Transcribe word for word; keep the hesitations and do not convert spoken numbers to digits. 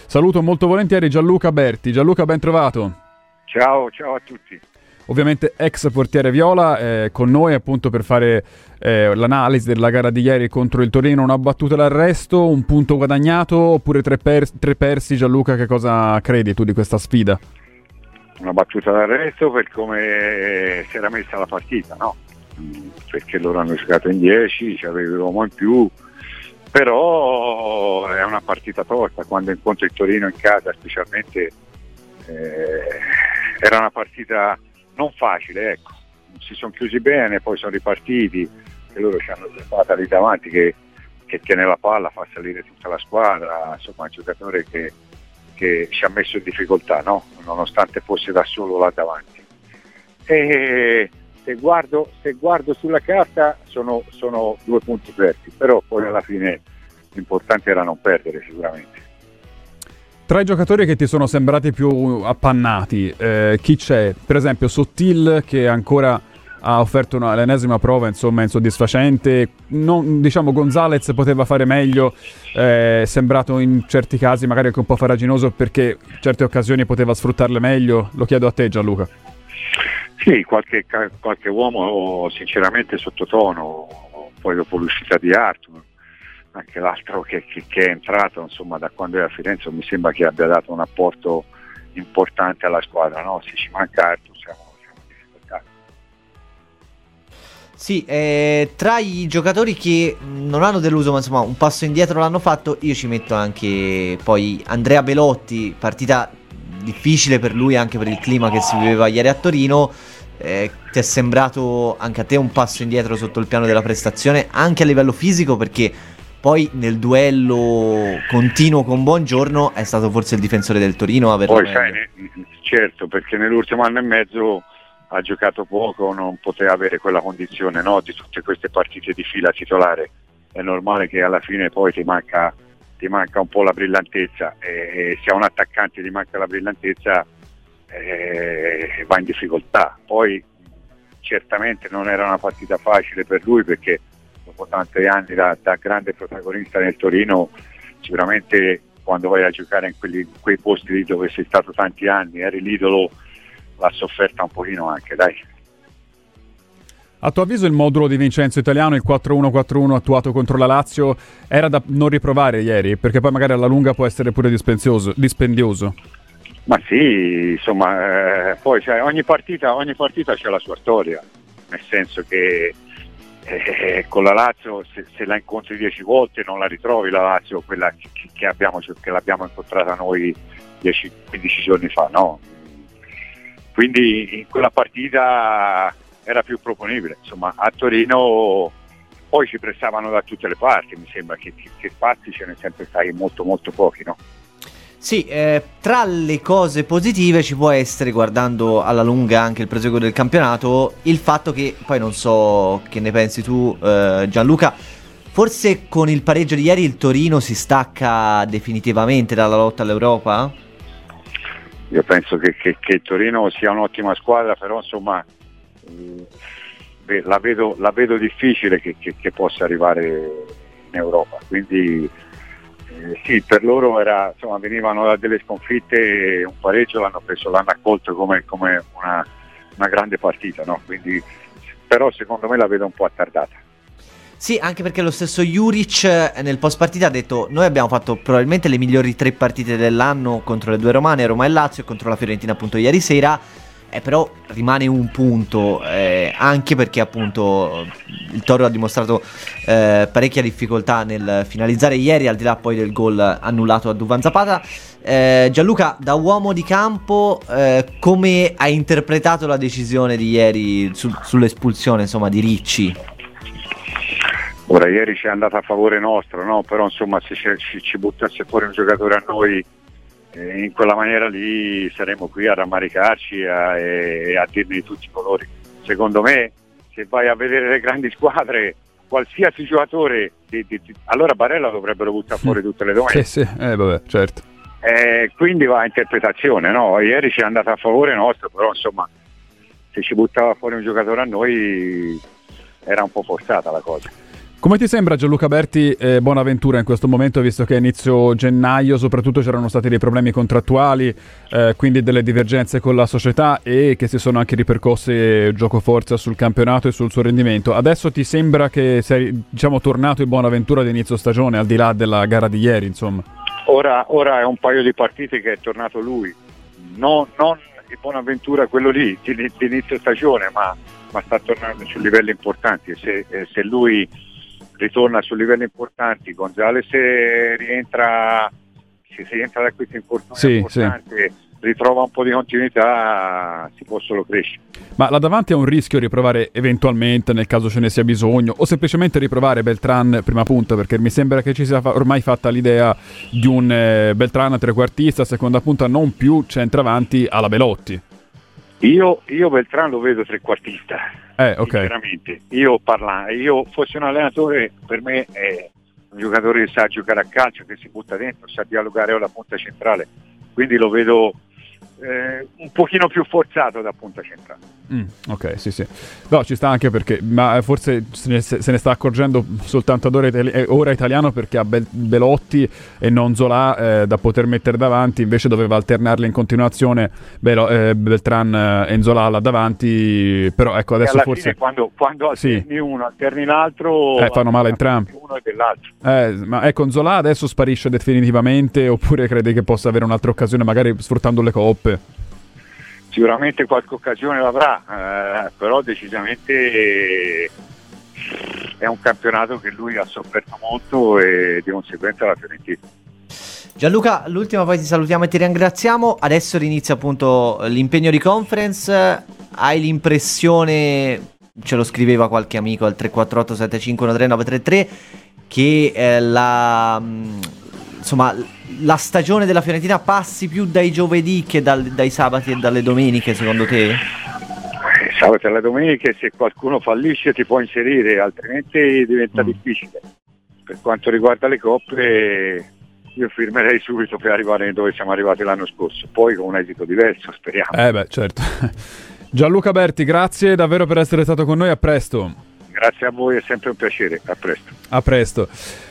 Saluto molto volentieri Gianluca Berti. Gianluca, ben trovato. Ciao, ciao a tutti. Ovviamente ex portiere viola, eh, con noi appunto per fare eh, l'analisi della gara di ieri contro il Torino. Una battuta d'arresto, un punto guadagnato oppure tre, per- tre persi? Gianluca, che cosa credi tu di questa sfida? Una battuta d'arresto per come si era messa la partita, no? Perché loro hanno giocato in dieci, ci avevamo in più, però è una partita tosta. Quando incontri il Torino in casa specialmente eh, era una partita non facile, ecco. Si sono chiusi bene, poi sono ripartiti, e loro ci hanno fatta lì davanti che, che tiene la palla, fa salire tutta la squadra, insomma un giocatore che, che ci ha messo in difficoltà, no? Nonostante fosse da solo là davanti. E se guardo, se guardo sulla carta sono, sono due punti persi, però poi alla fine l'importante era non perdere sicuramente. Tra i giocatori che ti sono sembrati più appannati, eh, chi c'è? Per esempio Sottil, che ancora ha offerto una, l'ennesima prova, insomma, insoddisfacente. Non, diciamo Gonzalez poteva fare meglio, è eh, sembrato in certi casi magari anche un po' farraginoso perché in certe occasioni poteva sfruttarle meglio. Lo chiedo a te, Gianluca. Sì, qualche, qualche uomo sinceramente sottotono, poi dopo l'uscita di Arthur. Anche l'altro che, che, che è entrato, insomma, da quando è a Firenze mi sembra che abbia dato un apporto importante alla squadra, no? Se ci manca Arthur siamo, siamo in difficoltà. Sì, eh, tra i giocatori che non hanno deluso, ma insomma un passo indietro l'hanno fatto, io ci metto anche poi Andrea Belotti, partita difficile per lui anche per il clima che si viveva ieri a Torino. Eh, ti è sembrato anche a te un passo indietro sotto il piano della prestazione, anche a livello fisico, perché poi nel duello continuo con Buongiorno è stato forse il difensore del Torino a averlo poi meglio. sai, certo, perché nell'ultimo anno e mezzo ha giocato poco, non poteva avere quella condizione, no, di tutte queste partite di fila titolare. È normale che alla fine poi ti manca, ti manca un po' la brillantezza, e se a un attaccante ti manca la brillantezza eh, va in difficoltà. Poi certamente non era una partita facile per lui, perché dopo tanti anni da, da grande protagonista nel Torino, sicuramente quando vai a giocare in, quelli, in quei posti lì dove sei stato tanti anni, eri l'idolo, l'ha sofferta un pochino anche, dai. A tuo avviso il modulo di Vincenzo Italiano, il quattro uno quattro uno attuato contro la Lazio, era da non riprovare ieri? Perché poi magari alla lunga può essere pure dispendioso. dispendioso. Ma sì, insomma, eh, poi cioè, ogni partita ogni partita c'ha la sua storia, nel senso che eh, con la Lazio se, se la incontri dieci volte non la ritrovi la Lazio, quella che, che, abbiamo, che l'abbiamo incontrata noi dieci quindici giorni fa, no? Quindi in quella partita era più proponibile, insomma a Torino poi ci prestavano da tutte le parti, mi sembra che, che, che spazi ce ne sempre stati molto molto pochi, no? Sì, eh, tra le cose positive ci può essere, guardando alla lunga anche il proseguo del campionato, il fatto che, poi non so che ne pensi tu eh, Gianluca, forse con il pareggio di ieri il Torino si stacca definitivamente dalla lotta all'Europa? Io penso che, che, che il Torino sia un'ottima squadra, però insomma eh, la, vedo, la vedo difficile che, che, che possa arrivare in Europa, quindi Eh, sì, per loro era, insomma, venivano da delle sconfitte e un pareggio l'hanno preso, l'hanno accolto come, come una, una grande partita, no? Quindi, però secondo me la vedo un po' attardata. Sì, anche perché lo stesso Juric nel post partita ha detto: noi abbiamo fatto probabilmente le migliori tre partite dell'anno contro le due romane, Roma e Lazio, e contro la Fiorentina appunto ieri sera. Eh, però rimane un punto, eh, anche perché appunto il Toro ha dimostrato eh, parecchia difficoltà nel finalizzare ieri, al di là poi del gol annullato a Duvan Zapata. eh, Gianluca, da uomo di campo, eh, come hai interpretato la decisione di ieri su, sull'espulsione, insomma, di Ricci? Ora, ieri ci è andata a favore nostro, no? Però insomma se ci, ci buttasse fuori un giocatore a noi eh, in quella maniera lì saremmo qui a rammaricarci e a, e a dirne di tutti i colori. Secondo me, se vai a vedere le grandi squadre, qualsiasi giocatore di, di, di, allora Barella dovrebbero buttare fuori tutte le domeniche. Sì, sì, eh, vabbè, certo. Eh, quindi va a interpretazione, no? Ieri ci è andata a favore nostro, però insomma se ci buttava fuori un giocatore a noi era un po' forzata la cosa. Come ti sembra Gianluca Berti e Bonaventura in questo momento, visto che a inizio gennaio soprattutto c'erano stati dei problemi contrattuali, eh, quindi delle divergenze con la società e che si sono anche ripercosse gioco forza sul campionato e sul suo rendimento. Adesso ti sembra che sei, diciamo, tornato in Bonaventura di inizio stagione, al di là della gara di ieri, insomma? Ora, ora è un paio di partite che è tornato lui, non, non il Bonaventura quello lì di, di inizio stagione, ma, ma sta tornando su livelli importanti e se, e se lui ritorna su livelli importanti, Gonzales rientra, se si rientra da questo infortunio sì, importante, sì. ritrova un po' di continuità, si può solo crescere. Ma là davanti è un rischio riprovare eventualmente, nel caso ce ne sia bisogno, o semplicemente riprovare Beltran prima punta, perché mi sembra che ci sia fa- ormai fatta l'idea di un eh, Beltran trequartista, seconda punta, non più centravanti alla Belotti. Io, io Beltran lo vedo trequartista. Eh, ok. Veramente, io parla, io fossi un allenatore, per me è un giocatore che sa giocare a calcio, che si butta dentro, sa dialogare alla punta centrale, quindi lo vedo eh, un pochino più forzato da punta centrale. Mm, ok, sì, sì. No, ci sta anche perché, ma forse se ne, se ne sta accorgendo soltanto ad ora, itali- ora italiano perché ha Bel- Belotti e non Zola eh, da poter mettere davanti, invece doveva alternarli in continuazione Belo- eh, Beltran e Zola là davanti, però ecco adesso e alla forse fine quando, quando alterni sì. uno, alterni l'altro eh, fanno male entrambi, uno e dell'altro. Eh, ma ecco, Zola adesso sparisce definitivamente oppure credi che possa avere un'altra occasione magari sfruttando le coppe? Sicuramente qualche occasione l'avrà, eh, però decisamente è un campionato che lui ha sofferto molto e di conseguenza la Fiorentina. Gianluca, l'ultima, poi ti salutiamo e ti ringraziamo. Adesso rinizia appunto l'impegno di conference. Hai l'impressione, ce lo scriveva qualche amico al tre quattro otto sette cinque uno tre nove tre tre, che eh, la... insomma la stagione della Fiorentina passi più dai giovedì che dal, dai sabati e dalle domeniche, secondo te? Sabato e le domeniche, se qualcuno fallisce ti può inserire, altrimenti diventa mm. difficile. Per quanto riguarda le coppe, io firmerei subito per arrivare dove siamo arrivati l'anno scorso, poi con un esito diverso, speriamo. Eh beh, certo. Gianluca Berti, grazie davvero per essere stato con noi, a presto. Grazie a voi, è sempre un piacere, a presto. A presto.